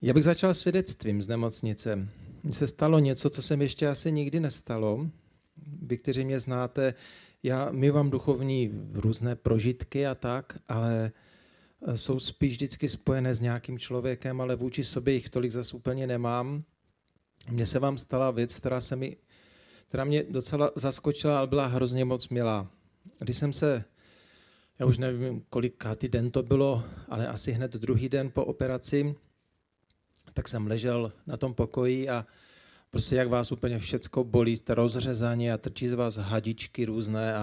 Já bych začal svědectvím z nemocnice. Mně se stalo něco, co se mi ještě asi nikdy nestalo. Vy, kteří mě znáte, já mívám duchovní různé prožitky a tak, ale jsou spíš vždycky spojené s nějakým člověkem, ale vůči sobě jich tolik zas úplně nemám. Mně se vám stala věc, která mě docela zaskočila, ale byla hrozně moc milá. Když jsem se, já už nevím, kolikátý den to bylo, ale asi hned druhý den po operaci, tak jsem ležel na tom pokoji a prostě jak vás úplně všecko bolí, jste rozřezaní a trčí z vás hadičky různé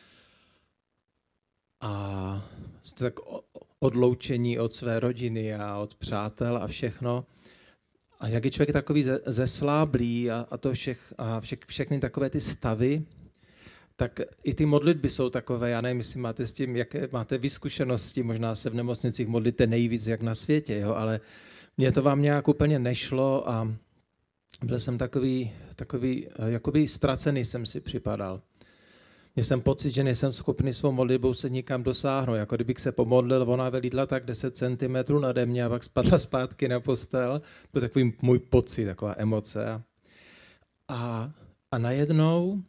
a jste tak odloučení od své rodiny a od přátel a všechno. A jak je člověk takový zesláblý všechny takové ty stavy, tak i ty modlitby jsou takové, já nevím, jestli máte s tím, jaké máte vy zkušenosti, možná se v nemocnicích modlíte nejvíc jak na světě, jo, ale mně to vám nějak úplně nešlo a byl jsem takový jakoby ztracený jsem si připadal. Měl jsem pocit, že nejsem schopný svou modlitbou se nikam dosáhnout, jako kdybych se pomodlil, ona vylídla tak 10 cm nade mě a pak spadla zpátky na postel. To byl takový můj pocit, taková emoce. A najednou,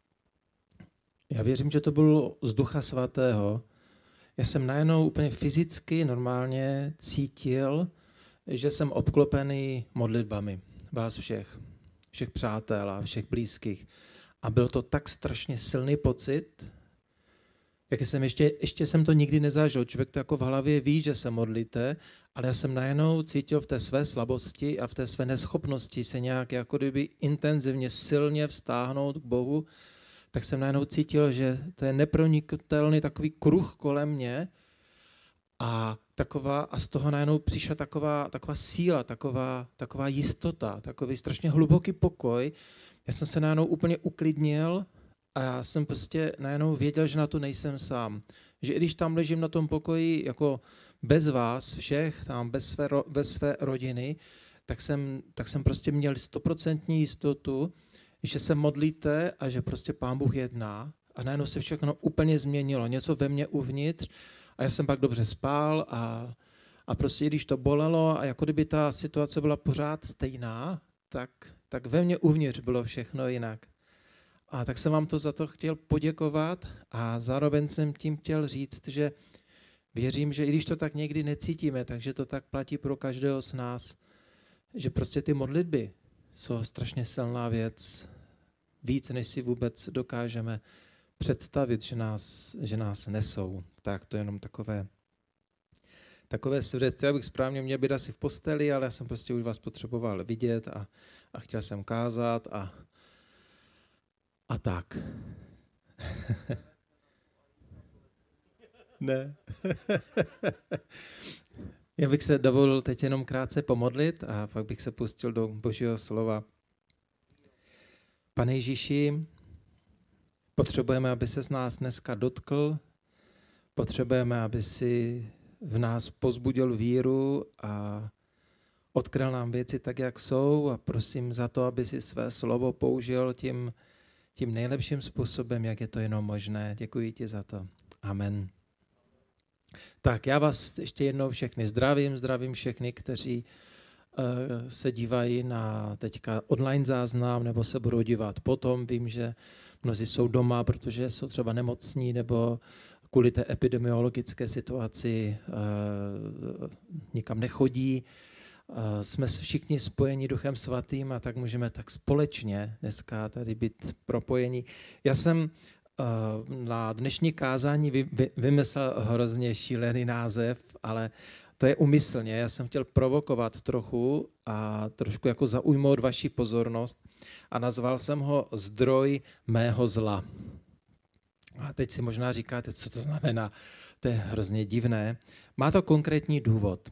já věřím, že to bylo z Ducha Svatého, já jsem najednou úplně fyzicky normálně cítil, že jsem obklopený modlitbami vás všech přátel a všech blízkých. A byl to tak strašně silný pocit, jak jsem ještě jsem to nikdy nezažil. Člověk to jako v hlavě ví, že se modlíte, ale já jsem najednou cítil v té své slabosti a v té své neschopnosti se nějak jako kdyby intenzivně, silně vztáhnout k Bohu, tak jsem najednou cítil, že to je neproniknutelný takový kruh kolem mě a z toho najednou přišla taková síla, taková jistota, takový strašně hluboký pokoj. Já jsem se najednou úplně uklidnil a já jsem prostě najednou věděl, že na to nejsem sám. Že i když tam ležím na tom pokoji jako bez vás všech, tam bez své rodiny, tak jsem prostě měl 100% jistotu, že se modlíte a že prostě Pán Bůh jedná. A najednou se všechno úplně změnilo, něco ve mně uvnitř. A já jsem pak dobře spál a prostě když to bolelo a jako kdyby ta situace byla pořád stejná, tak ve mně uvnitř bylo všechno jinak. A tak jsem vám to za to chtěl poděkovat a zároveň jsem tím chtěl říct, že věřím, že i když to tak někdy necítíme, takže to tak platí pro každého z nás, že prostě ty modlitby jsou strašně silná věc, víc, než si vůbec dokážeme představit, že nás nesou. Tak to je jenom takové svědectví. Já bych správně měl být asi v posteli, ale já jsem prostě už vás potřeboval vidět a chtěl jsem kázat a tak. Ne. Já bych se dovolil teď jenom krátce pomodlit a pak bych se pustil do Božího slova. Pane Ježíši, potřebujeme, aby se z nás dneska dotkl, potřebujeme, aby si v nás pozbudil víru a odkryl nám věci tak, jak jsou a prosím za to, aby si své slovo použil tím nejlepším způsobem, jak je to jenom možné. Děkuji ti za to. Amen. Tak já vás ještě jednou všechny zdravím všechny, kteří se dívají na teďka online záznam nebo se budou dívat potom. Vím, že mnozí jsou doma, protože jsou třeba nemocní nebo kvůli té epidemiologické situaci nikam nechodí. Jsme všichni spojeni Duchem Svatým a tak můžeme tak společně dneska tady být propojení. Já jsem na dnešní kázání vymyslel hrozně šílený název, ale to je úmyslně. Já jsem chtěl provokovat trochu a trošku jako zaujmout vaši pozornost a nazval jsem ho Zdroj mého zla. A teď si možná říkáte, co to znamená. To je hrozně divné. Má to konkrétní důvod.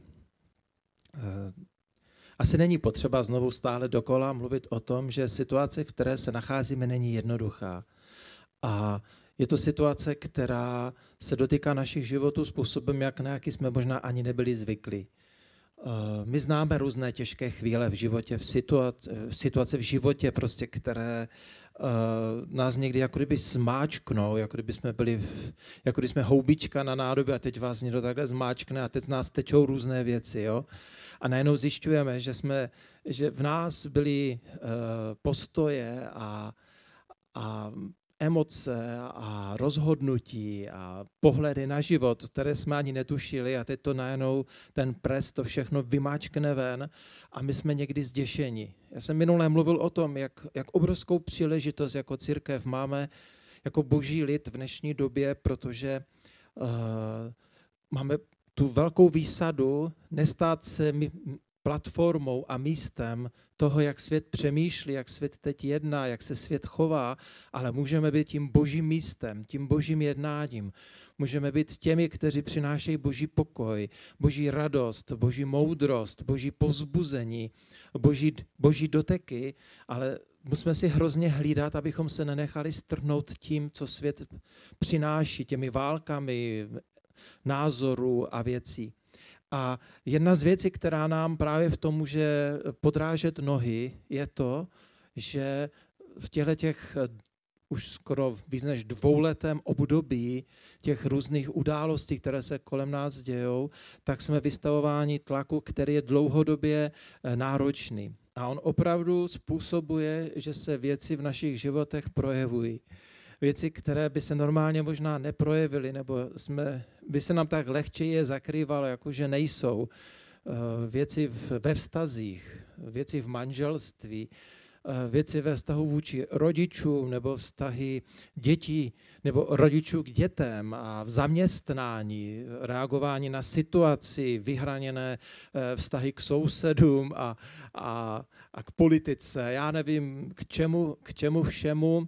Asi není potřeba znovu stále dokola mluvit o tom, že situace, v které se nacházíme, není jednoduchá. A je to situace, která se dotýká našich životů způsobem, na jaký jsme možná ani nebyli zvyklí. My známe různé těžké chvíle v životě, situace v životě, prostě, které nás někdy jako kdyby zmáčknou, jako kdyby jako když jsme houbička na nádobě a teď vás někdo takhle zmáčkne a teď z nás tečou různé věci. Jo? A najednou zjišťujeme, že v nás byly postoje a emoce a rozhodnutí a pohledy na život, které jsme ani netušili a teď to najednou ten pres to všechno vymáčkne ven a my jsme někdy zděšeni. Já jsem minule mluvil o tom, jak obrovskou příležitost jako církev máme jako boží lid v dnešní době, protože máme tu velkou výsadu nestát se platformou a místem toho, jak svět přemýšlí, jak svět teď jedná, jak se svět chová, ale můžeme být tím božím místem, tím božím jednáním. Můžeme být těmi, kteří přinášejí boží pokoj, boží radost, boží moudrost, boží povzbuzení, boží doteky, ale musíme si hrozně hlídat, abychom se nenechali strhnout tím, co svět přináší, těmi válkami, názorů a věcí. A jedna z věcí, která nám právě v tom může podrážet nohy, je to, že v těch už skoro víc než 2letém období těch různých událostí, které se kolem nás dějou, tak jsme vystavováni tlaku, který je dlouhodobě náročný. A on opravdu způsobuje, že se věci v našich životech projevují. Věci, které by se normálně možná neprojevily, nebo by se nám tak lehčeji je zakrývalo, jakože nejsou. Věci ve vztazích, věci v manželství, věci ve vztahu vůči rodičům, nebo vztahy dětí, nebo rodičů k dětem a v zaměstnání, reagování na situaci, vyhraněné vztahy k sousedům a k politice. Já nevím, k čemu všemu.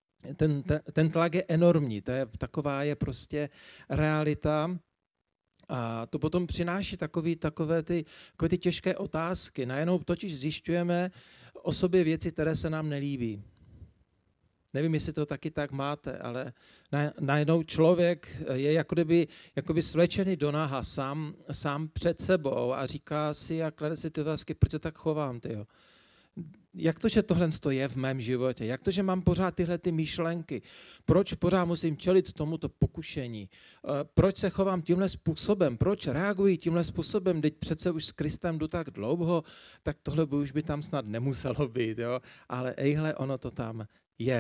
Ten tlak je enormní, taková je prostě realita a to potom přináší takové ty těžké otázky. Najednou totiž zjišťujeme o sobě věci, které se nám nelíbí. Nevím, jestli to taky tak máte, ale najednou člověk je jakoby svlečený do naha sám před sebou a říká si a klade si ty otázky, proč se tak chovám, tyjo. Jak to, že tohle je v mém životě? Jak to, že mám pořád tyhle ty myšlenky? Proč pořád musím čelit tomuto pokušení? Proč se chovám tímhle způsobem? Proč reaguji tímhle způsobem? Teď přece už s Kristem jdu tak dlouho, tak tohle už by tam snad nemuselo být. Jo? Ale ejhle, ono to tam je.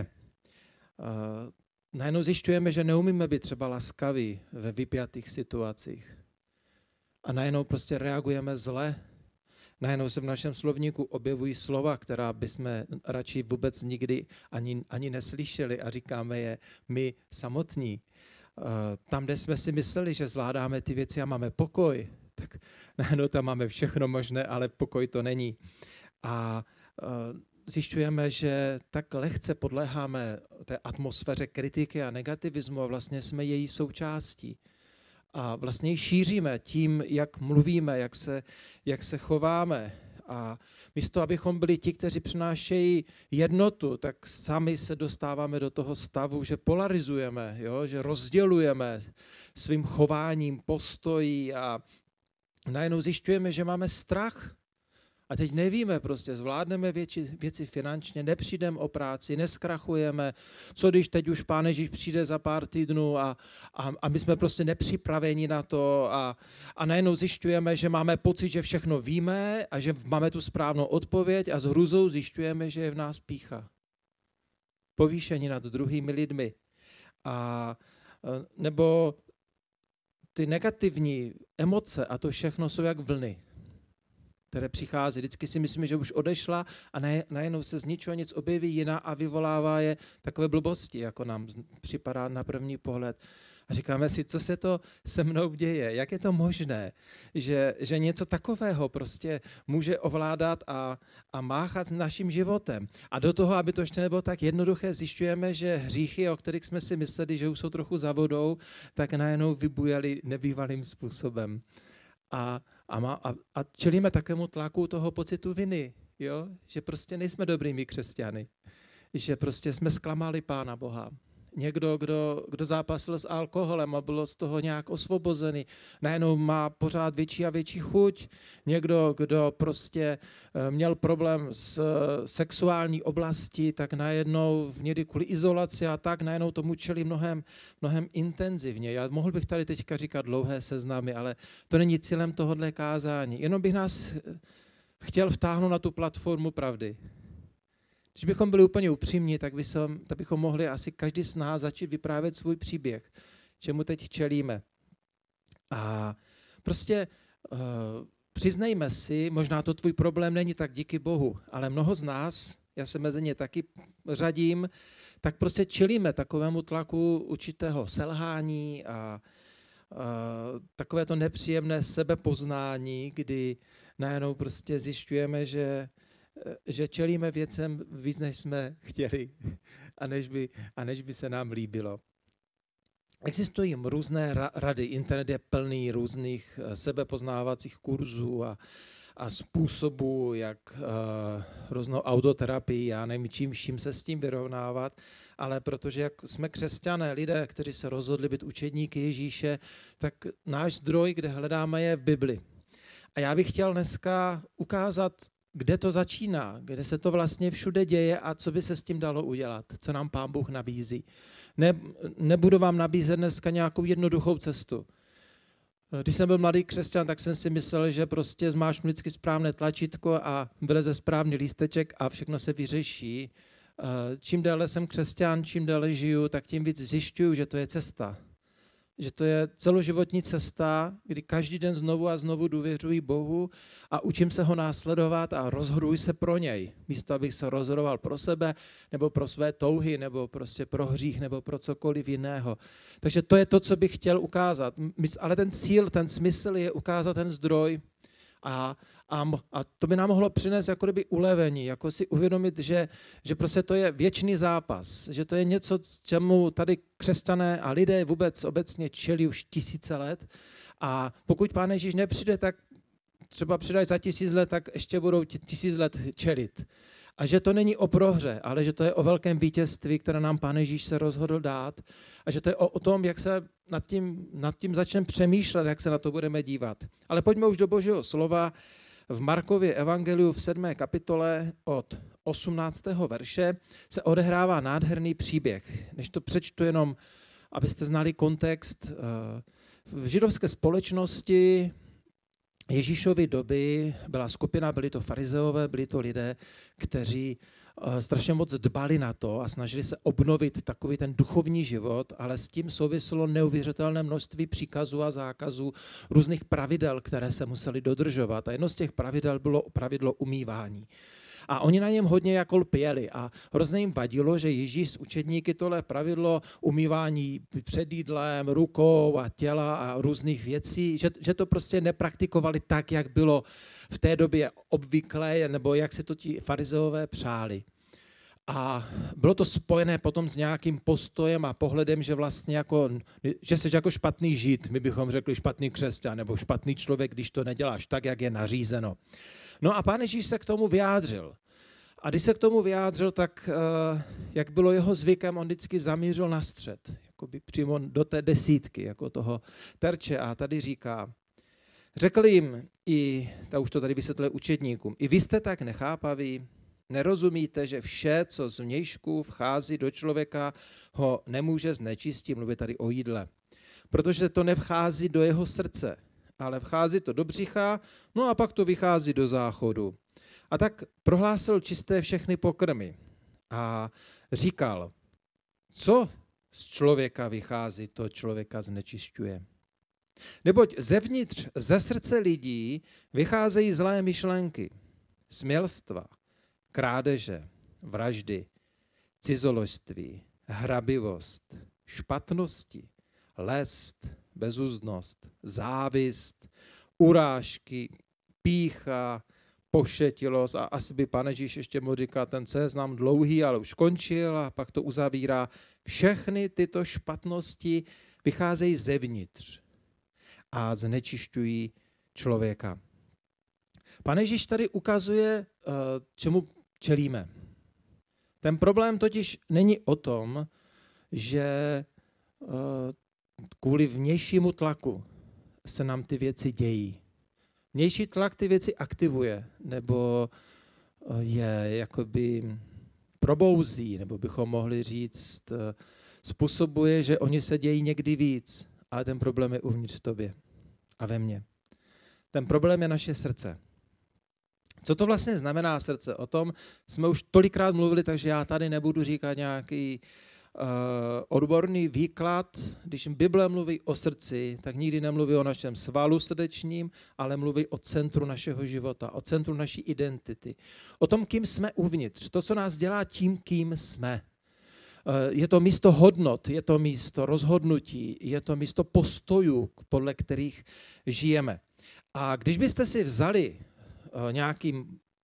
Najednou zjišťujeme, že neumíme být třeba laskaví ve vypjatých situacích. A najednou prostě reagujeme zle. Najednou se v našem slovníku objevují slova, která bychom radši vůbec nikdy ani neslyšeli a říkáme je my samotní. Tam, kde jsme si mysleli, že zvládáme ty věci a máme pokoj, tak najednou tam máme všechno možné, ale pokoj to není. A zjišťujeme, že tak lehce podléháme té atmosféře kritiky a negativismu a vlastně jsme její součástí. A vlastně ji šíříme tím, jak mluvíme, jak se chováme. A místo, abychom byli ti, kteří přinášejí jednotu, tak sami se dostáváme do toho stavu, že polarizujeme, jo? Že rozdělujeme svým chováním, postojí a najednou zjišťujeme, že máme strach. A teď nevíme prostě, zvládneme věci finančně, nepřijdeme o práci, neskrachujeme, co když teď už Pán Ježíš přijde za pár týdnů a my jsme prostě nepřipraveni na to a najednou zjišťujeme, že máme pocit, že všechno víme a že máme tu správnou odpověď a s hrůzou zjišťujeme, že je v nás pýcha. Povýšení nad druhými lidmi. Nebo ty negativní emoce a to všechno jsou jak vlny, které přichází. Vždycky si myslíme, že už odešla a najednou se z ničeho nic objeví jiná a vyvolává je takové blbosti, jako nám připadá na první pohled. A říkáme si, co se to se mnou děje, jak je to možné, že něco takového prostě může ovládat a máchat s naším životem. A do toho, aby to ještě nebylo tak jednoduché, zjišťujeme, že hříchy, o kterých jsme si mysleli, že už jsou trochu za vodou, tak najednou vybujali nebývalým způsobem. A čelíme takému tlaku toho pocitu viny, jo? Že prostě nejsme dobrými křesťany, že prostě jsme zklamali Pána Boha, někdo, kdo zápasil s alkoholem a byl z toho nějak osvobozený, najednou má pořád větší a větší chuť. Někdo, kdo prostě měl problém s sexuální oblasti, tak najednou někdy kvůli izolaci a tak najednou tomu čelí mnohem intenzivně. Já mohl bych tady teďka říkat dlouhé seznamy, ale to není cílem tohohle kázání. Jenom bych nás chtěl vtáhnout na tu platformu pravdy. Když bychom byli úplně upřímní, tak bychom mohli asi každý z nás začít vyprávět svůj příběh, čemu teď čelíme. A prostě přiznejme si, možná to tvůj problém není tak díky Bohu, ale mnoho z nás, já se mezi ně taky řadím, tak prostě čelíme takovému tlaku určitého selhání a takové to nepříjemné sebepoznání, kdy najednou prostě zjišťujeme, že čelíme věcem víc, než jsme chtěli a než by se nám líbilo. Existují různé rady, internet je plný různých sebepoznávacích kurzů a způsobů, jak různou autoterapii, já nevím čím se s tím vyrovnávat, ale protože jak jsme křesťané, lidé, kteří se rozhodli být učedníky Ježíše, tak náš zdroj, kde hledáme, je v Bibli. A já bych chtěl dneska ukázat, kde to začíná, kde se to vlastně všude děje a co by se s tím dalo udělat, co nám Pán Bůh nabízí. Nebudu vám nabízet dneska nějakou jednoduchou cestu. Když jsem byl mladý křesťan, tak jsem si myslel, že prostě zmáčknu vždycky správné tlačítko a vyleze správný lísteček a všechno se vyřeší. Čím déle jsem křesťan, čím déle žiju, tak tím víc zjišťuju, že to je cesta. Že to je celoživotní cesta, kdy každý den znovu a znovu důvěřuji Bohu a učím se ho následovat a rozhoduji se pro něj. Místo, abych se rozhodoval pro sebe, nebo pro své touhy, nebo prostě pro hřích, nebo pro cokoliv jiného. Takže to je to, co bych chtěl ukázat. Ale ten cíl, ten smysl je ukázat ten zdroj a to by nám mohlo přinést jako kdyby ulevení, jako si uvědomit, že prostě to je věčný zápas, že to je něco, čemu tady křesťané a lidé vůbec obecně čelí už tisíce let a pokud Pán Ježíš nepřijde, tak třeba přidají za 1000 let, tak ještě budou 1000 let čelit. A že to není o prohře, ale že to je o velkém vítězství, které nám Pán Ježíš se rozhodl dát a že to je o tom, jak se nad tím začneme přemýšlet, jak se na to budeme dívat. Ale pojďme už do Božího slova. V Markově evangeliu v 7. kapitole od 18. verše se odehrává nádherný příběh. Než to přečtu jenom, abyste znali kontext. V židovské společnosti Ježíšovy doby byla skupina, byli to farizeové, byli to lidé, kteří strašně moc dbali na to a snažili se obnovit takový ten duchovní život, ale s tím souviselo neuvěřitelné množství příkazů a zákazů, různých pravidel, které se museli dodržovat. A jedno z těch pravidel bylo pravidlo umývání. A oni na něm hodně jako lpěli a hrozně jim vadilo, že Ježíš s učedníky tohle pravidlo umývání před jídlem, rukou a těla a různých věcí, že to prostě nepraktikovali tak, jak bylo v té době obvyklé, nebo jak se to ti farizeové přáli. A bylo to spojené potom s nějakým postojem a pohledem, že vlastně že jsi jako špatný žid, my bychom řekli špatný křesťan nebo špatný člověk, když to neděláš tak, jak je nařízeno. No a Pán Ježíš se k tomu vyjádřil. A když se k tomu vyjádřil, tak jak bylo jeho zvykem, on vždycky zamířil na střed, jakoby přímo do té desítky, jako toho terče. A tady říká, řekl jim, už to tady vysvětluje učedníkům, i vy jste tak nechápaví, nerozumíte, že vše, co z vnějšku vchází do člověka, ho nemůže znečistit, mluví tady o jídle. Protože to nevchází do jeho srdce, ale vchází to do břicha, no a pak to vychází do záchodu. A tak prohlásil čisté všechny pokrmy a říkal, co z člověka vychází, to člověka znečišťuje. Neboť zevnitř, ze srdce lidí vycházejí zlé myšlenky, smělstva, krádeže, vraždy, cizoložství, hrabivost, špatnosti, lest, bezúzdnost, závist, urážky, pýcha, pošetilost a asi by Pane Ježíš ještě mohl říkat, ten seznam dlouhý, ale už končil a pak to uzavírá. Všechny tyto špatnosti vycházejí zevnitř a znečišťují člověka. Pane Ježíš tady ukazuje, čemu čelíme. Ten problém totiž není o tom, že kvůli vnějšímu tlaku se nám ty věci dějí. Vnější tlak ty věci aktivuje, nebo je jakoby probouzí, nebo bychom mohli říct, způsobuje, že oni se dějí někdy víc, ale ten problém je uvnitř v tobě a ve mně. Ten problém je naše srdce. Co to vlastně znamená srdce? O tom jsme už tolikrát mluvili, takže já tady nebudu říkat nějaký odborný výklad. Když Bible mluví o srdci, tak nikdy nemluví o našem svalu srdečním, ale mluví o centru našeho života, o centru naší identity. O tom, kým jsme uvnitř. To, co nás dělá tím, kým jsme. Je to místo hodnot, je to místo rozhodnutí, je to místo postojů, podle kterých žijeme. A když byste si vzali nějaký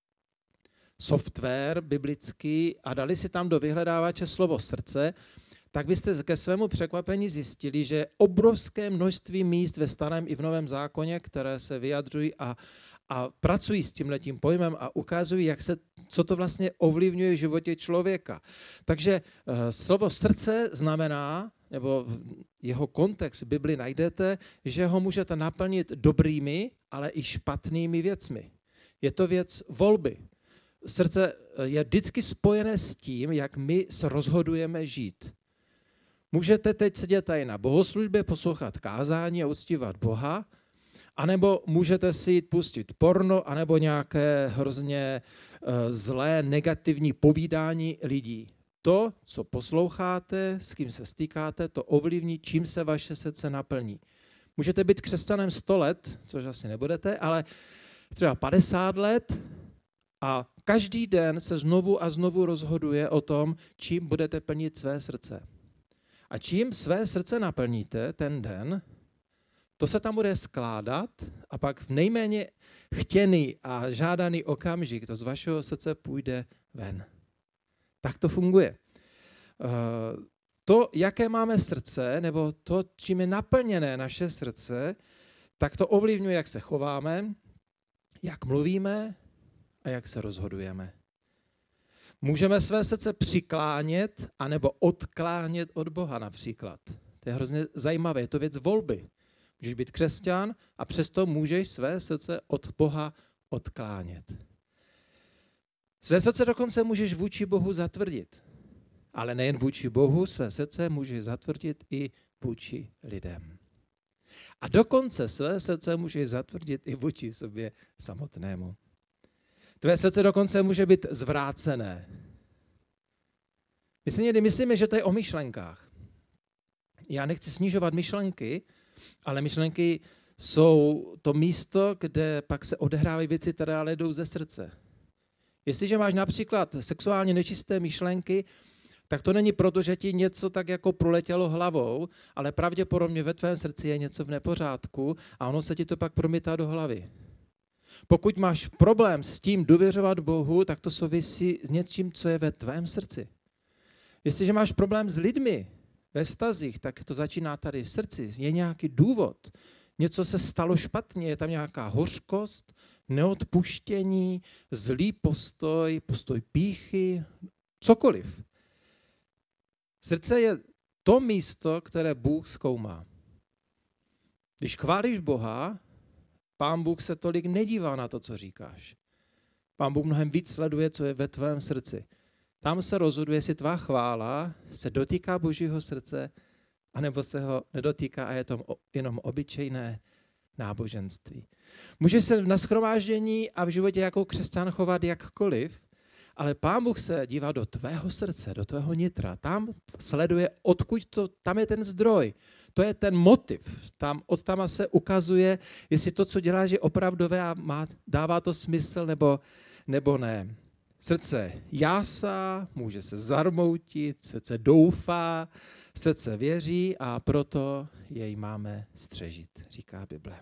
software biblický a dali si tam do vyhledávače slovo srdce, tak byste ke svému překvapení zjistili, že je obrovské množství míst ve Starém i v Novém zákoně, které se vyjadřují a pracují s tímhletím pojmem a ukazují, co to vlastně ovlivňuje v životě člověka. Takže slovo srdce znamená, nebo jeho kontext v Bibli najdete, že ho můžete naplnit dobrými, ale i špatnými věcmi. Je to věc volby. Srdce je vždycky spojené s tím, jak my se rozhodujeme žít. Můžete teď sedět tady na bohoslužbě, poslouchat kázání a uctívat Boha, anebo můžete si jít pustit porno, anebo nějaké hrozně zlé, negativní povídání lidí. To, co posloucháte, s kým se stýkáte, to ovlivní, čím se vaše srdce naplní. Můžete být křesťanem 100 let, což asi nebudete, ale třeba 50 let a každý den se znovu a znovu rozhoduje o tom, čím budete plnit své srdce. A čím své srdce naplníte ten den, to se tam bude skládat a pak v nejméně chtěný a žádaný okamžik to z vašeho srdce půjde ven. Tak to funguje. To, jaké máme srdce, nebo to, čím je naplněné naše srdce, tak to ovlivňuje, jak se chováme, jak mluvíme a jak se rozhodujeme. Můžeme své srdce přiklánět anebo odklánět od Boha například. To je hrozně zajímavé, je to věc volby. Můžeš být křesťan a přesto můžeš své srdce od Boha odklánět. Své srdce dokonce můžeš vůči Bohu zatvrdit. Ale nejen vůči Bohu, své srdce můžeš zatvrdit i vůči lidem. A dokonce své srdce můžeš zatvrdit i vůči sobě samotnému. Tvé srdce dokonce může být zvrácené. My si někdy myslíme, že to je o myšlenkách. Já nechci snižovat myšlenky, ale myšlenky jsou to místo, kde pak se odehrávají věci, které ale jdou ze srdce. Jestliže máš například sexuálně nečisté myšlenky, tak to není proto, že ti něco tak jako proletělo hlavou, ale pravděpodobně ve tvém srdci je něco v nepořádku a ono se ti to pak promítá do hlavy. Pokud máš problém s tím důvěřovat Bohu, tak to souvisí s něčím, co je ve tvém srdci. Jestliže máš problém s lidmi ve vztazích, tak to začíná tady v srdci. Je nějaký důvod. Něco se stalo špatně, je tam nějaká hořkost, neodpuštění, zlý postoj, postoj pýchy, cokoliv. Srdce je to místo, které Bůh zkoumá. Když chválíš Boha, Pán Bůh se tolik nedívá na to, co říkáš. Pán Bůh mnohem víc sleduje, co je ve tvém srdci. Tam se rozhoduje, jestli tvá chvála se dotýká Božího srdce, anebo se ho nedotýká a je to jenom obyčejné náboženství. Můžeš se na shromáždění a v životě jako křesťan chovat jakkoliv, ale Pán Bůh se dívá do tvého srdce, do tvého nitra. Tam sleduje, odkud to, tam je ten zdroj. To je ten motiv. Od tam se ukazuje, jestli to, co děláš, je opravdové a dává to smysl nebo ne. Srdce jásá, může se zarmoutit, srdce doufá, srdce věří a proto jej máme střežit, říká Bible.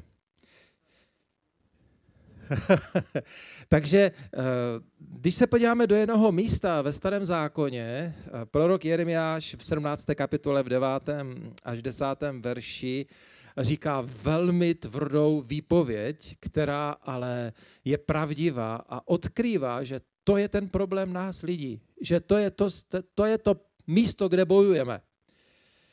Takže když se podíváme do jednoho místa ve Starém zákoně, prorok Jeremiáš v 17. kapitole v 9. až 10. verši říká velmi tvrdou výpověď, která ale je pravdivá a odkrývá, že to je ten problém nás lidí, že to je to místo, kde bojujeme.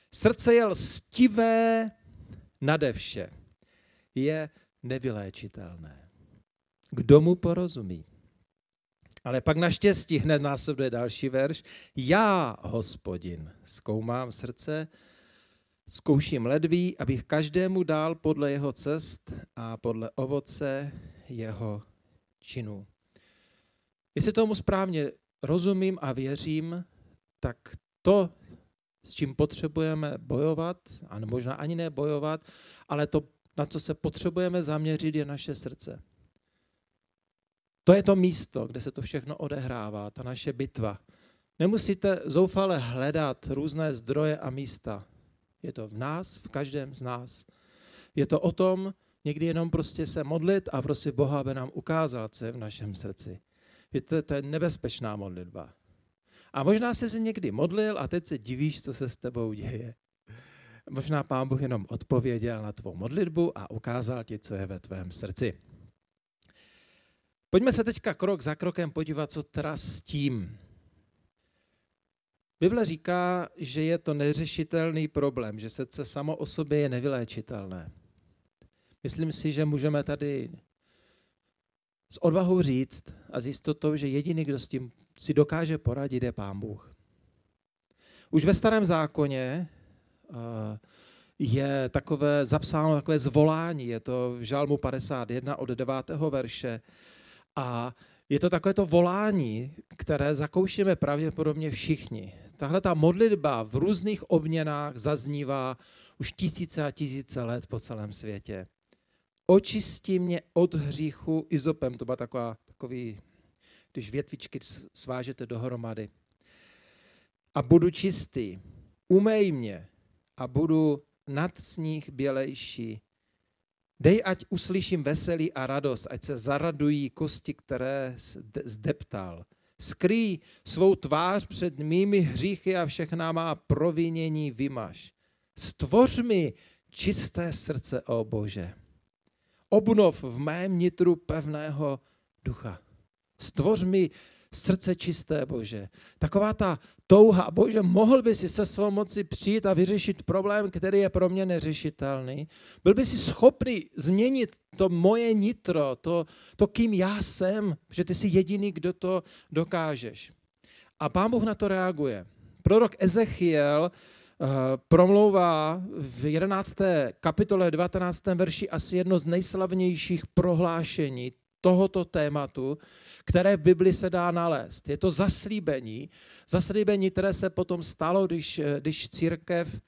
Srdce je lstivé nade vše. Je nevyléčitelné. Kdo mu porozumí? Ale pak naštěstí hned následuje další verš. Já, Hospodin, zkoumám srdce, zkouším ledví, abych každému dal podle jeho cest a podle ovoce jeho činů. Jestli tomu správně rozumím a věřím, tak to, s čím potřebujeme bojovat, a možná ani ne bojovat, ale to, na co se potřebujeme zaměřit, je naše srdce. To je to místo, kde se to všechno odehrává, ta naše bitva. Nemusíte zoufale hledat různé zdroje a místa. Je to v nás, v každém z nás. Je to o tom někdy jenom prostě se modlit a prosit Boha, aby nám ukázal, co je v našem srdci. Víte, to je nebezpečná modlitba. A možná jsi se někdy modlil a teď se divíš, co se s tebou děje. Možná Pán Bůh jenom odpověděl na tvou modlitbu a ukázal ti, co je ve tvém srdci. Pojďme se teďka krok za krokem podívat, co teda s tím. Bible říká, že je to neřešitelný problém, že srdce samo o sobě je nevyléčitelné. Myslím si, že můžeme tady s odvahou říct a s jistotou, že jediný, kdo s tím si dokáže poradit, je Pán Bůh. Už ve Starém zákoně je zapsáno takové zvolání, je to v Žalmu 51 od 9. verše a je to takové to volání, které zakoušíme pravděpodobně všichni. Tahle ta modlitba v různých obměnách zaznívá už tisíce a tisíce let po celém světě. Očisti mě od hříchu izopem, to byla takový, když větvičky svážete dohromady. A budu čistý, umej mě a budu nad sníh bělejší. Dej, ať uslyším veselí a radost, ať se zaradují kosti, které zdeptal. Skrý svou tvář před mými hříchy a všechna má provinění vymaž. Stvoř mi čisté srdce, ó Bože. Obnov v mém nitru pevného ducha. Stvoř mi srdce čisté, Bože. Taková ta touha, Bože, mohl by si se svou moci přijít a vyřešit problém, který je pro mě neřešitelný. Byl by si schopný změnit to moje nitro, to kým já jsem, že ty jsi jediný, kdo to dokážeš. A Pán Bůh na to reaguje. Prorok Ezechiel promlouvá v 11. kapitole 19. verši asi jedno z nejslavnějších prohlášení tohoto tématu, které v Bibli se dá nalézt. Je to zaslíbení, které se potom stalo, když církev,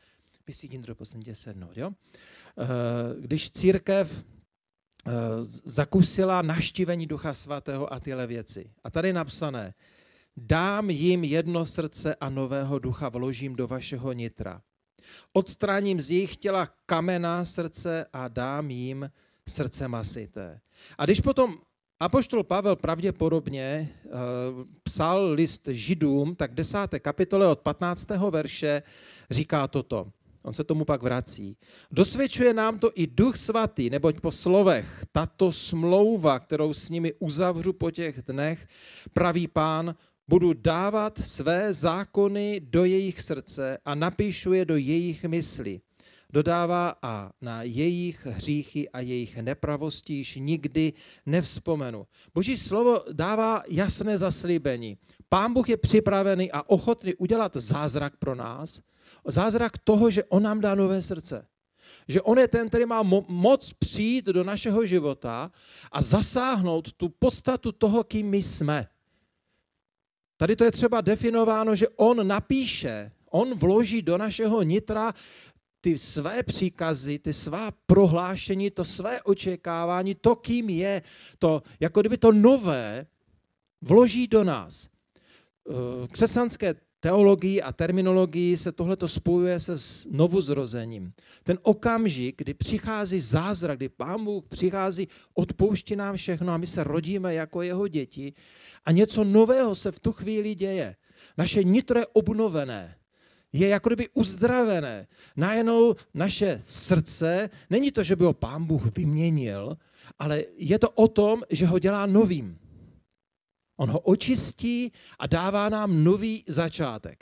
když církev zakusila navštívení Ducha Svatého a tyhle věci. A tady je napsané, dám jim jedno srdce a nového ducha vložím do vašeho nitra. Odstráním z jejich těla kamena srdce a dám jim srdce masité. A když potom apoštol Pavel pravděpodobně psal list Židům, tak v 10. kapitole od 15. verše říká toto. On se tomu pak vrací. Dosvědčuje nám to i Duch Svatý, neboť po slovech tato smlouva, kterou s nimi uzavřu po těch dnech, praví Pán, budu dávat své zákony do jejich srdce a napíšu je do jejich mysli. Dodává a na jejich hříchy a jejich nepravosti již nikdy nevzpomenu. Boží slovo dává jasné zaslíbení. Pán Bůh je připravený a ochotný udělat zázrak pro nás. Zázrak toho, že on nám dá nové srdce. Že on je ten, který má moc přijít do našeho života a zasáhnout tu podstatu toho, kým my jsme. Tady to je třeba definováno, že on napíše, on vloží do našeho nitra ty své příkazy, ty svá prohlášení, to své očekávání, to, kým je, to, jako kdyby to nové vloží do nás. Křesťanské teologii a terminologii se tohleto spojuje se znovuzrozením. Ten okamžik, kdy přichází zázrak, kdy Pán Bůh přichází, odpouští nám všechno a my se rodíme jako jeho děti a něco nového se v tu chvíli děje. Naše nitro je obnovené, je jako kdyby uzdravené. Najednou naše srdce, není to, že by ho Pán Bůh vyměnil, ale je to o tom, že ho dělá novým. On ho očistí a dává nám nový začátek.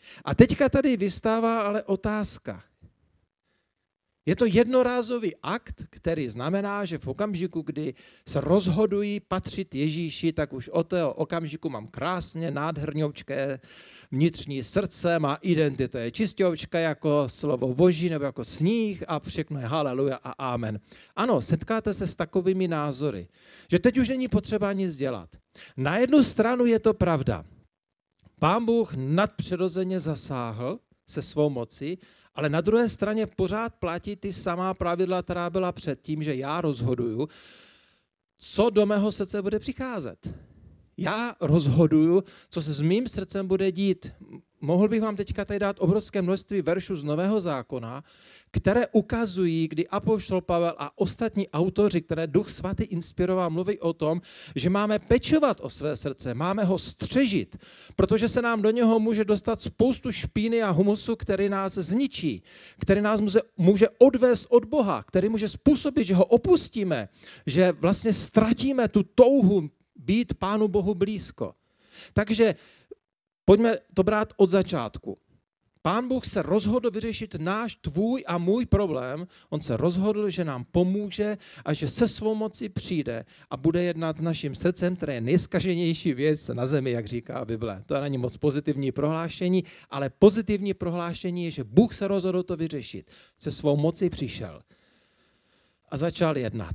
A teďka tady vystává ale otázka. Je to jednorázový akt, který znamená, že v okamžiku, kdy se rozhodují patřit Ježíši, tak už od toho okamžiku mám krásně nádherňoučké vnitřní srdce, má identita je čistěvčka jako slovo Boží nebo jako sníh a všechno je haleluja a amen. Ano, setkáte se s takovými názory, že teď už není potřeba nic dělat. Na jednu stranu je to pravda. Pán Bůh nadpřirozeně zasáhl se svou mocí, ale na druhé straně pořád platí ty samá pravidla, která byla předtím, že já rozhoduju, co do mého srdce bude přicházet. Já rozhoduju, co se s mým srdcem bude dít. Mohl bych vám teďka tady dát obrovské množství veršů z Nového zákona, které ukazují, kdy apoštol Pavel a ostatní autoři, které Duch Svatý inspiroval, mluví o tom, že máme pečovat o své srdce, máme ho střežit, protože se nám do něho může dostat spoustu špíny a humusu, který nás zničí, který nás může odvést od Boha, který může způsobit, že ho opustíme, že vlastně ztratíme tu touhu být Pánu Bohu blízko. Takže pojďme to brát od začátku. Pán Bůh se rozhodl vyřešit náš, tvůj a můj problém. On se rozhodl, že nám pomůže a že se svou mocí přijde a bude jednat s naším srdcem, které je nejzkaženější věc na zemi, jak říká Bible. To není moc pozitivní prohlášení, ale pozitivní prohlášení je, že Bůh se rozhodl to vyřešit. Se svou mocí přišel a začal jednat.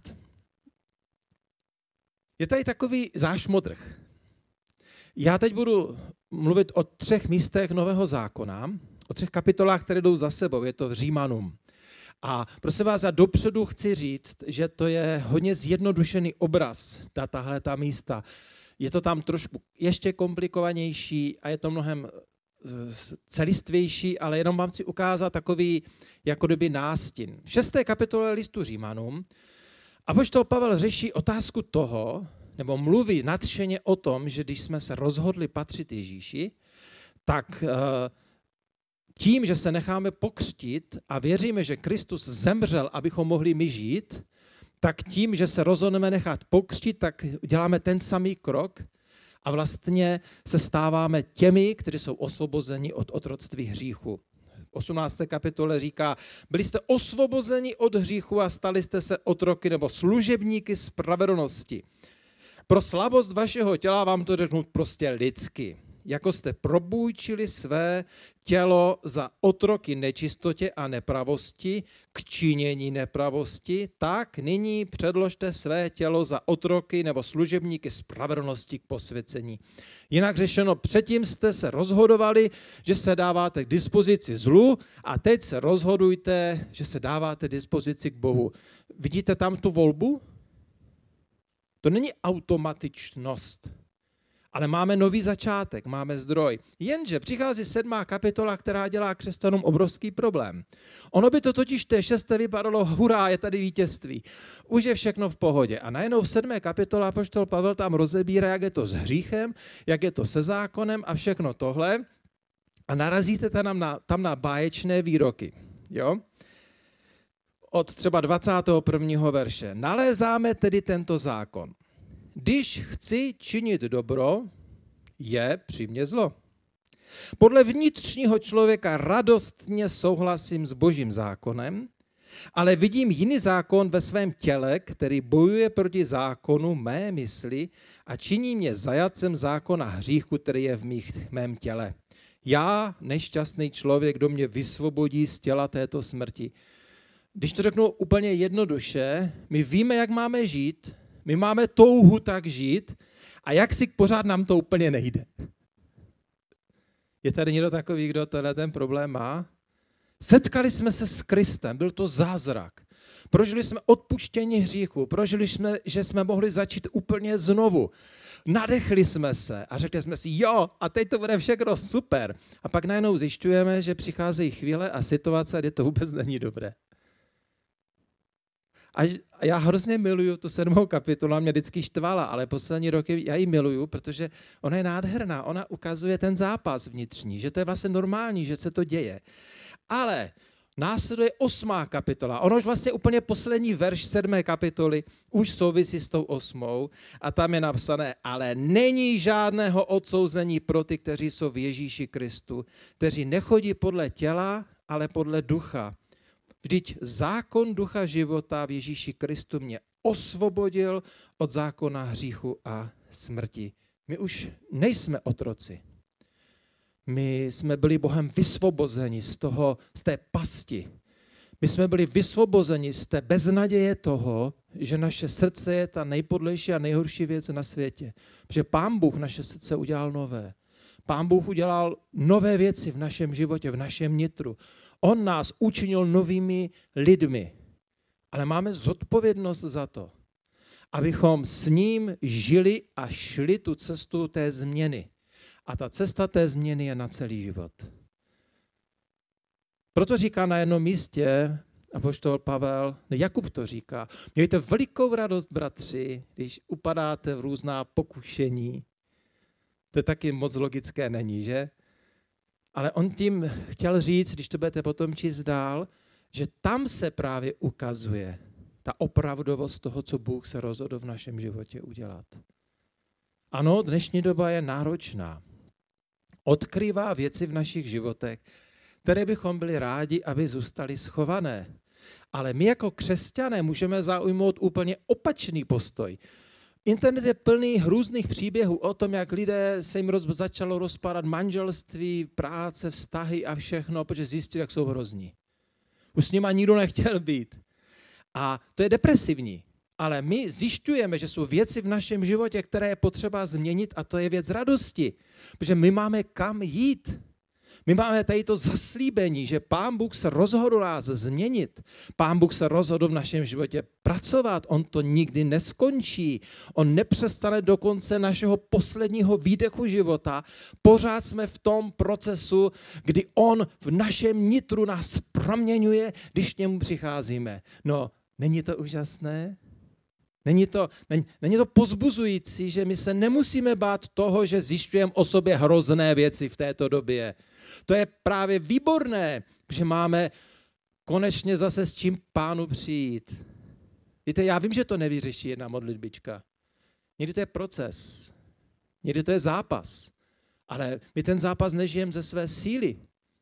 Je tady takový zášmodrh. Já teď budu mluvit o 3 místech Nového zákona, o 3 kapitolách, které jdou za sebou, je to v Římanům. A prosím vás, já dopředu chci říct, že to je hodně zjednodušený obraz, tahleta místa. Je to tam trošku ještě komplikovanější a je to mnohem celistvější, ale jenom vám chci ukázat takový jako kdyby nástin. V 6. kapitole listu Římanům apoštol Pavel řeší otázku toho, nebo mluví nadšeně o tom, že když jsme se rozhodli patřit Ježíši, tak tím, že se necháme pokřtít a věříme, že Kristus zemřel, abychom mohli my žít, tak tím, že se rozhodneme nechat pokřtít, tak děláme ten samý krok a vlastně se stáváme těmi, kteří jsou osvobozeni od otroctví hříchu. V 18. kapitole říká, byli jste osvobozeni od hříchu a stali jste se otroky nebo služebníky spravedlnosti. Pro slabost vašeho těla vám to řeknu prostě lidsky. Jako jste probůjčili své tělo za otroky nečistotě a nepravosti k činění nepravosti, tak nyní předložte své tělo za otroky nebo služebníky spravedlnosti k posvěcení. Jinak řečeno, předtím jste se rozhodovali, že se dáváte k dispozici zlu a teď se rozhodujte, že se dáváte k dispozici k Bohu. Vidíte tam tu volbu? To není automatičnost, ale máme nový začátek, máme zdroj. Jenže přichází 7. kapitola, která dělá křesťanům obrovský problém. Ono by to totiž té 6. vypadalo, hurá, je tady vítězství. Už je všechno v pohodě. A najednou v 7. kapitole apoštol Pavel tam rozebírá, jak je to s hříchem, jak je to se zákonem a všechno tohle. A narazíte tam na báječné výroky. Jo? Od třeba 21. verše. Nalézáme tedy tento zákon. Když chci činit dobro, je při mně zlo. Podle vnitřního člověka radostně souhlasím s Božím zákonem, ale vidím jiný zákon ve svém těle, který bojuje proti zákonu mé mysli a činí mě zajatcem zákona hříchu, který je v mém těle. Já, nešťastný člověk, kdo mě vysvobodí z těla této smrti. Když to řeknu úplně jednoduše, my víme, jak máme žít, my máme touhu tak žít a jak si pořád nám to úplně nejde. Je tady někdo takový, kdo ten problém má? Setkali jsme se s Kristem, byl to zázrak. Prožili jsme odpuštění hříchu, prožili jsme, že jsme mohli začít úplně znovu. Nadechli jsme se a řekli jsme si, jo, a teď to bude všechno super. A pak najednou zjišťujeme, že přicházejí chvíle a situace, kde to vůbec není dobré. A já hrozně miluju tu 7. kapitolu, mě vždycky štvala, ale poslední roky já ji miluju, protože ona je nádherná, ona ukazuje ten zápas vnitřní, že to je vlastně normální, že se to děje. Ale Následuje 8. kapitola. Ono už vlastně úplně poslední verš 7. kapitoly už souvisí s tou 8. A tam je napsané, ale není žádného odsouzení pro ty, kteří jsou v Ježíši Kristu, kteří nechodí podle těla, ale podle ducha. Vždyť zákon ducha života v Ježíši Kristu mě osvobodil od zákona hříchu a smrti. My už nejsme otroci. My jsme byli Bohem vysvobozeni z té pasti. My jsme byli vysvobozeni z té beznaděje toho, že naše srdce je ta nejpodlejší a nejhorší věc na světě. Protože Pán Bůh naše srdce udělal nové. Pán Bůh udělal nové věci v našem životě, v našem nitru. On nás učinil novými lidmi. Ale máme zodpovědnost za to, abychom s ním žili a šli tu cestu té změny. A ta cesta té změny je na celý život. Proto říká na jednom místě apoštol Pavel, Jakub to říká, mějte velikou radost, bratři, když upadáte v různá pokušení. To taky moc logické není, že? Ale on tím chtěl říct, když to budete potom číst dál, že tam se právě ukazuje ta opravdovost toho, co Bůh se rozhodl v našem životě udělat. Ano, dnešní doba je náročná. Odkrývá věci v našich životech, které bychom byli rádi, aby zůstaly schované. Ale my jako křesťané můžeme zaujmout úplně opačný postoj. Internet je plný různých příběhů o tom, jak lidé se jim začalo rozpadat manželství, práce, vztahy a všechno, protože zjistili, jak jsou hrozní. Už s nima nikdo nechtěl být. A to je depresivní. Ale my zjišťujeme, že jsou věci v našem životě, které je potřeba změnit a to je věc radosti. Protože my máme kam jít. My máme tady to zaslíbení, že Pán Bůh se rozhodl nás změnit. Pán Bůh se rozhodl v našem životě pracovat. On to nikdy neskončí. On nepřestane do konce našeho posledního výdechu života. Pořád jsme v tom procesu, kdy on v našem nitru nás proměňuje, když k němu přicházíme. No, není to úžasné? Není to pozbuzující, že my se nemusíme bát toho, že zjišťujeme o sobě hrozné věci v této době. To je právě výborné, že máme konečně zase s čím Pánu přijít. Víte, já vím, že to nevyřeší jedna modlitbička. Někdy to je proces, někdy to je zápas, ale my ten zápas nežijeme ze své síly.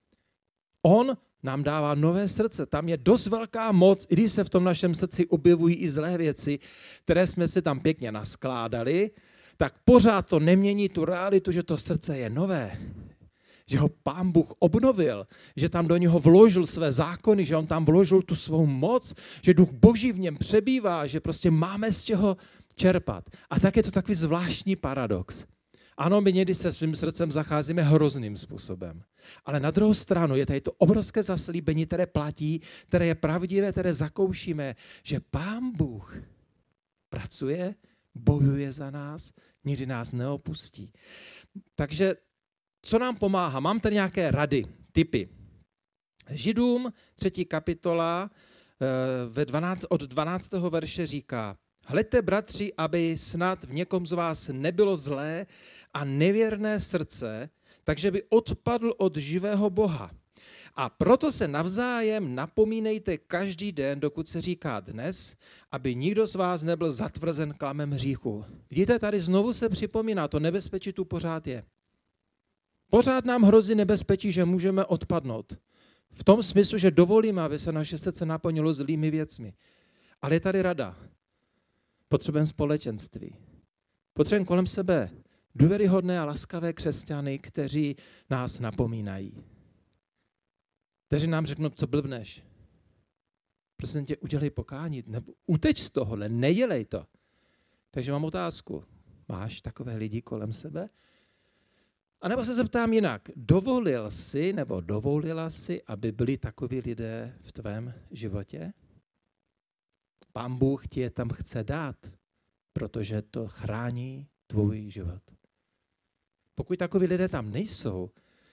On nám dává nové srdce. Tam je dost velká moc, i když se v tom našem srdci objevují i zlé věci, které jsme si tam pěkně naskládali, tak pořád to nemění tu realitu, že to srdce je nové. Že ho Pán Bůh obnovil, že tam do něho vložil své zákony, že on tam vložil tu svou moc, že Duch Boží v něm přebývá, že prostě máme z čeho čerpat. A tak je to takový zvláštní paradox. Ano, my někdy se svým srdcem zacházíme hrozným způsobem. Ale na druhou stranu je tady to obrovské zaslíbení, které platí, které je pravdivé, které zakoušíme, že Pán Bůh pracuje, bojuje za nás, nikdy nás neopustí. Takže co nám pomáhá? Mám tady nějaké rady, tipy. Židům 3. kapitola od 12. verše říká: Hleďte, bratři, aby snad v někom z vás nebylo zlé a nevěrné srdce, takže by odpadl od živého Boha. A proto se navzájem napomínejte každý den, dokud se říká dnes, aby nikdo z vás nebyl zatvrzen klamem hříchu. Vidíte, tady znovu se připomíná, to nebezpečí tu pořád je. Pořád nám hrozí nebezpečí, že můžeme odpadnout. V tom smyslu, že dovolíme, aby se naše srdce naplnilo zlými věcmi. Ale je tady rada. Potřebujeme společenství. Potřebujeme kolem sebe důvěryhodné a laskavé křesťany, kteří nás napomínají. Kteří nám řeknou, co blbneš. Prosím tě, udělej pokání, nebo uteč z tohohle, nedělej to. Takže mám otázku. Máš takové lidi kolem sebe? A nebo se zeptám jinak. Dovolil jsi nebo dovolila si, aby byli takoví lidé v tvém životě? Pán Bůh ti je tam chce dát, protože to chrání tvůj život. Pokud takoví lidé tam nejsou,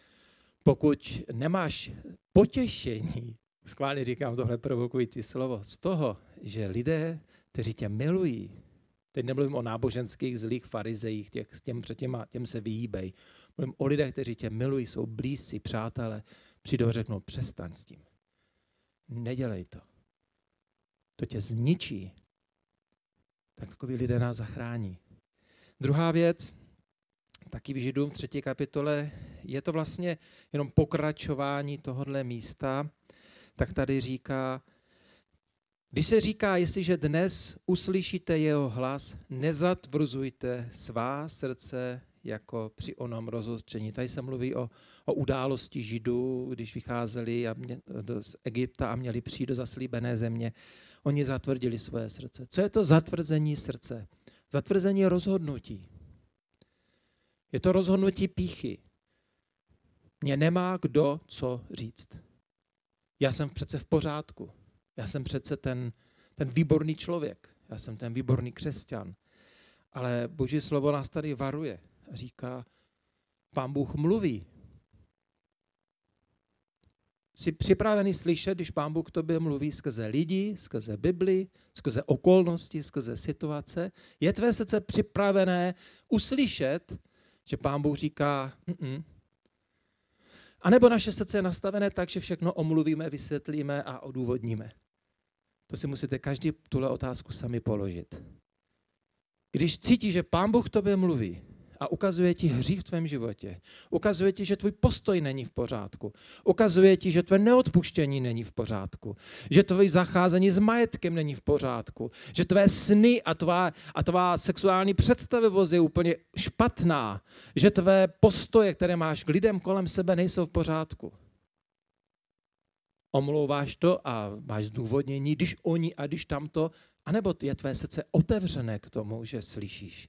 pokud nemáš potěšení, schválně říkám tohle provokující slovo, z toho, že lidé, kteří tě milují, teď nemluvím o náboženských zlých farizejích, těm se vyhýbej, mluvím o lidech, kteří tě milují, jsou blízcí, přátelé, přijdou a řeknou, přestaň s tím. nedělej to. To tě zničí. Tak takový lidé nás zachrání. Druhá věc, taky v Židům 3. kapitole, je to vlastně jenom pokračování tohohle místa, tak tady říká, když se říká, jestliže dnes uslyšíte jeho hlas, nezatvrzujte svá srdce jako při onom rozhořčení. Tady se mluví o události Židů, když vycházeli z Egypta a měli přijít do zaslíbené země. Oni zatvrdili své srdce. Co je to zatvrzení srdce? Zatvrzení rozhodnutí. Je to rozhodnutí pýchy. Mně nemá kdo co říct. Já jsem přece v pořádku. Já jsem přece ten výborný člověk. Já jsem ten výborný křesťan. Ale Boží slovo nás tady varuje a říká, Pán Bůh mluví. Jsi připravený slyšet, když Pán Bůh k tobě mluví skrze lidi, skrze Bibli, skrze okolnosti, skrze situace? Je tvé srdce připravené uslyšet, že Pán Bůh říká A nebo naše srdce je nastavené tak, že všechno omluvíme, vysvětlíme a odůvodníme? To si musíte každý tuhle otázku sami položit. Když cítíš, že Pán Bůh k tobě mluví a ukazuje ti hřích v tvém životě, ukazuje ti, že tvůj postoj není v pořádku, ukazuje ti, že tvé neodpuštění není v pořádku, že tvoje zacházení s majetkem není v pořádku, že tvé sny a tvá sexuální představivost je úplně špatná, že tvé postoje, které máš k lidem kolem sebe, nejsou v pořádku. Omlouváš to a máš zdůvodnění, když oni a když tamto, anebo je tvé srdce otevřené k tomu, že slyšíš.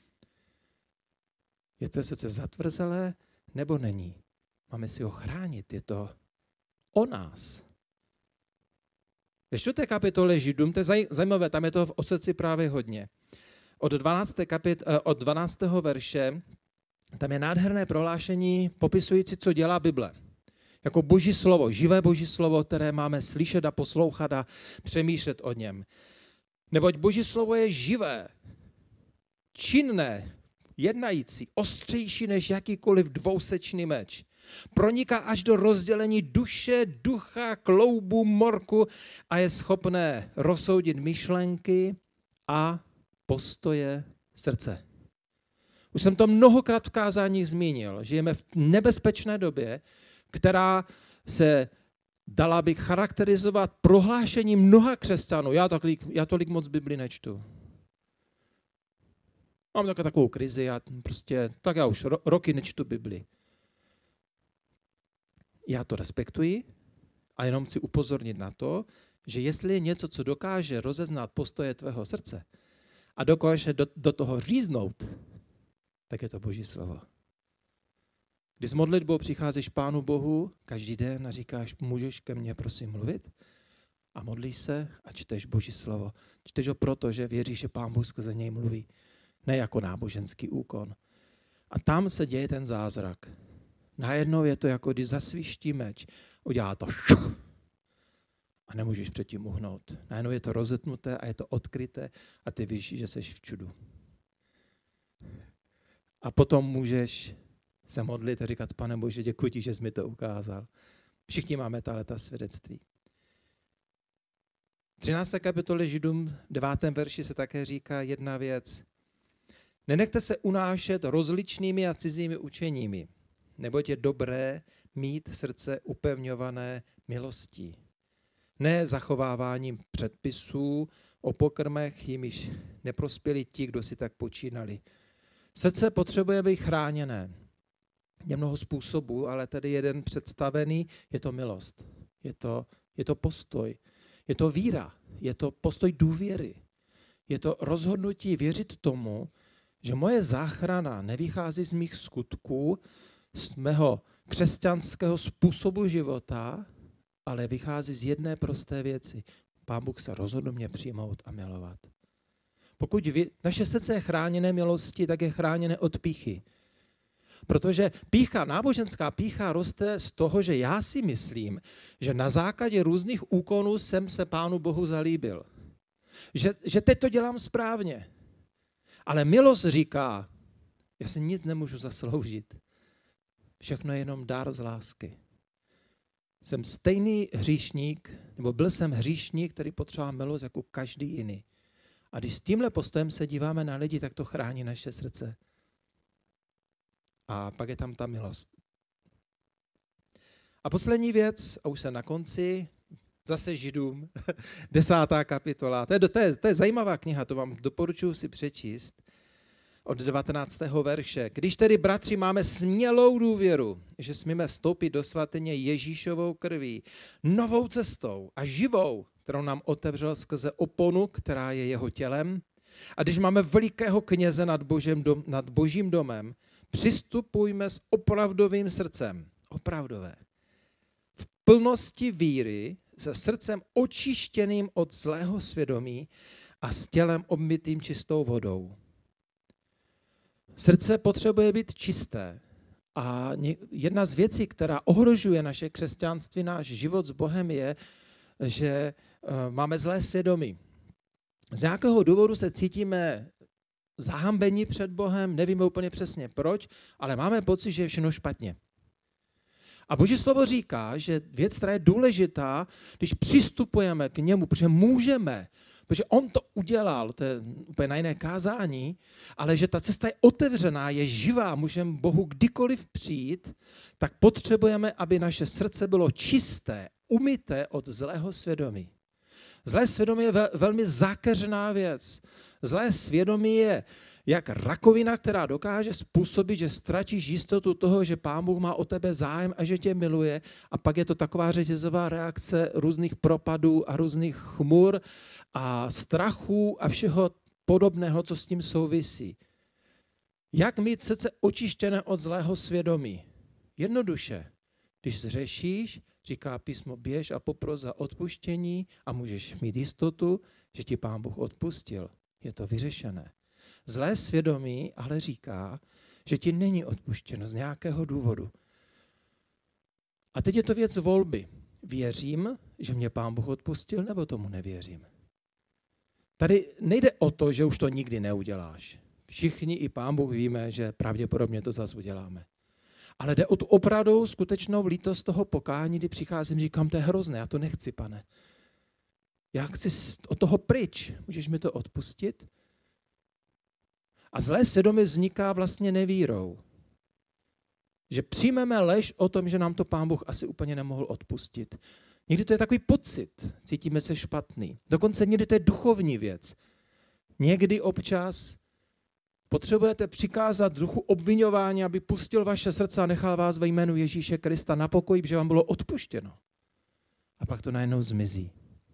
Je tvé srdce zatvrzelé, nebo není? Máme si ho chránit, je to o nás. Ve 4. kapitole Židům, to je zajímavé, tam je toho o srdci právě hodně. Od 12. verše, tam je nádherné prohlášení popisující, co dělá Bible. Jako Boží slovo, živé Boží slovo, které máme slyšet a poslouchat a přemýšlet o něm. Neboť Boží slovo je živé, činné, jednající, ostřejší než jakýkoliv dvousečný meč. Proniká až do rozdělení duše, ducha, kloubu, morku a je schopné rozsoudit myšlenky a postoje srdce. Už jsem to mnohokrát v kázáních zmínil. Žijeme v nebezpečné době, která se dala bych charakterizovat prohlášením mnoha křesťanů. Já tolik moc Bibli nečtu. Mám takovou krizi, já už roky nečtu Bibli. Já to respektuji a jenom chci upozornit na to, že jestli je něco, co dokáže rozeznat postoje tvého srdce a dokáže do toho říznout, tak je to Boží slovo. Když s modlitbou přicházíš Pánu Bohu každý den a říkáš, můžeš ke mně prosím mluvit? A modlíš se a čteš Boží slovo. Čteš ho proto, že věříš, že Pán Bůh skrze něj mluví. Ne jako náboženský úkon. A tam se děje ten zázrak. Najednou je to jako když zasviští meč, udělá to a nemůžeš předtím uhnout. Najednou je to rozetnuté a je to odkryté a ty víš, že jsi v čudu. A potom můžeš se modlit a říkat, Pane Bože, děkuji ti, že jsi mi to ukázal. Všichni máme tato svědectví. 13. kapitole Židům 9. verši se také říká jedna věc. Nenechte se unášet rozličnými a cizími učeními, neboť je dobré mít srdce upevňované milostí. Ne zachováváním předpisů o pokrmech, jimiž neprospěli ti, kdo si tak počínali. Srdce potřebuje být chráněné. Je mnoho způsobů, ale tady jeden představený, je to milost. Je to postoj. Je to víra. Je to postoj důvěry. Je to rozhodnutí věřit tomu, že moje záchrana nevychází z mých skutků, z mého křesťanského způsobu života, ale vychází z jedné prosté věci. Pán Bůh se rozhodl mě přijmout a milovat. Pokud naše srdce je chráněné milosti, tak je chráněné od pýchy. Protože pýcha, náboženská pýcha roste z toho, že já si myslím, že na základě různých úkonů jsem se Pánu Bohu zalíbil. Že teď to dělám správně. Ale milost říká, já si nic nemůžu zasloužit. Všechno je jenom dar z lásky. Jsem stejný hříšník, nebo byl jsem hříšník, který potřeboval milost jako každý jiný. A když s tímhle postojem se díváme na lidi, tak to chrání naše srdce. A pak je tam ta milost. A poslední věc, a už jsem na konci, zase Židům, 10. kapitola. To je zajímavá kniha, to vám doporučuji si přečíst od 19. verše. Když tedy, bratři, máme smělou důvěru, že smíme vstoupit do svatyně Ježíšovou krví, novou cestou a živou, kterou nám otevřel skrze oponu, která je jeho tělem, a když máme velikého kněze nad božím domem, přistupujme s opravdovým srdcem, opravdové, v plnosti víry, se srdcem očištěným od zlého svědomí a s tělem obmytým čistou vodou. Srdce potřebuje být čisté a jedna z věcí, která ohrožuje naše křesťanství, náš život s Bohem je, že máme zlé svědomí. Z nějakého důvodu se cítíme zahambeni před Bohem, nevíme úplně přesně proč, ale máme pocit, že je všechno špatně. A Boží slovo říká, že věc, která je důležitá, když přistupujeme k němu, protože můžeme, protože on to udělal, to je úplně na jiné kázání, ale že ta cesta je otevřená, je živá, můžeme Bohu kdykoliv přijít, tak potřebujeme, aby naše srdce bylo čisté, umyté od zlého svědomí. Zlé svědomí je velmi zákeřná věc. Zlé svědomí je jak rakovina, která dokáže způsobit, že ztratíš jistotu toho, že Pán Bůh má o tebe zájem a že tě miluje, a pak je to taková řetězová reakce různých propadů a různých chmur a strachů a všeho podobného, co s tím souvisí. Jak mít srdce očištěné od zlého svědomí? Jednoduše. Když zřešíš, říká písmo, běž a popros za odpuštění a můžeš mít jistotu, že ti Pán Bůh odpustil. Je to vyřešené. Zlé svědomí ale říká, že ti není odpuštěno z nějakého důvodu. A teď je to věc volby. Věřím, že mě Pán Bůh odpustil, nebo tomu nevěřím? Tady nejde o to, že už to nikdy neuděláš. Všichni i Pán Bůh víme, že pravděpodobně to zase uděláme. Ale jde o tu opravdu skutečnou lítost toho pokání, kdy přicházím, říkám, to je hrozné, já to nechci, Pane. Já chci od toho pryč, můžeš mi to odpustit? A zlé svědomí vzniká vlastně nevírou. Že přijmeme lež o tom, že nám to Pán Bůh asi úplně nemohl odpustit. Někdy to je takový pocit, cítíme se špatný. Dokonce někdy to je duchovní věc. Někdy občas potřebujete přikázat duchu obviňování, aby pustil vaše srdce a nechal vás ve jménu Ježíše Krista na pokoji, protože vám bylo odpuštěno. A pak to najednou zmizí.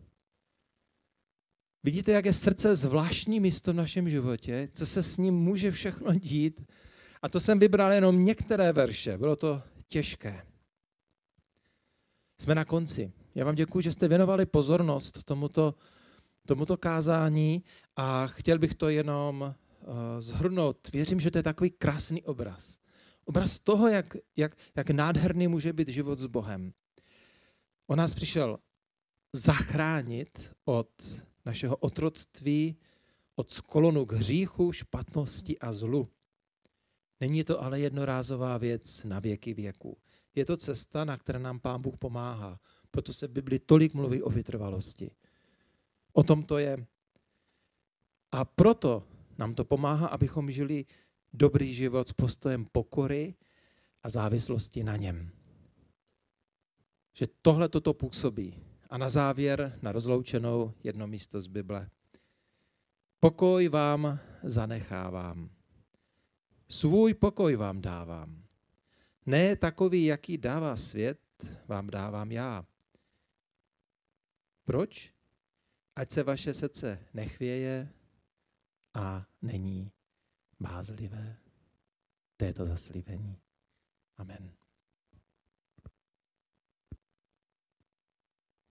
Vidíte, jak je srdce zvláštní místo v našem životě, co se s ním může všechno dít. A to jsem vybral jenom některé verše, bylo to těžké. Jsme na konci. Já vám děkuji, že jste věnovali pozornost tomuto kázání a chtěl bych to jenom shrnout. Věřím, že to je takový krásný obraz. Obraz toho, jak nádherný může být život s Bohem. On nás přišel zachránit od našeho otroctví, od sklonu k hříchu, špatnosti a zlu. Není to ale jednorázová věc na věky věku. Je to cesta, na které nám Pán Bůh pomáhá. Proto se v Bibli tolik mluví o vytrvalosti. O tom to je. A proto nám to pomáhá, abychom žili dobrý život s postojem pokory a závislosti na něm. Že tohle toto působí. A na závěr, na rozloučenou, jedno místo z Bible. Pokoj vám zanechávám. Svůj pokoj vám dávám. Ne takový, jaký dává svět, vám dávám já. Proč? Ať se vaše srdce nechvěje a není bázlivé. To je to zaslíbení. Amen.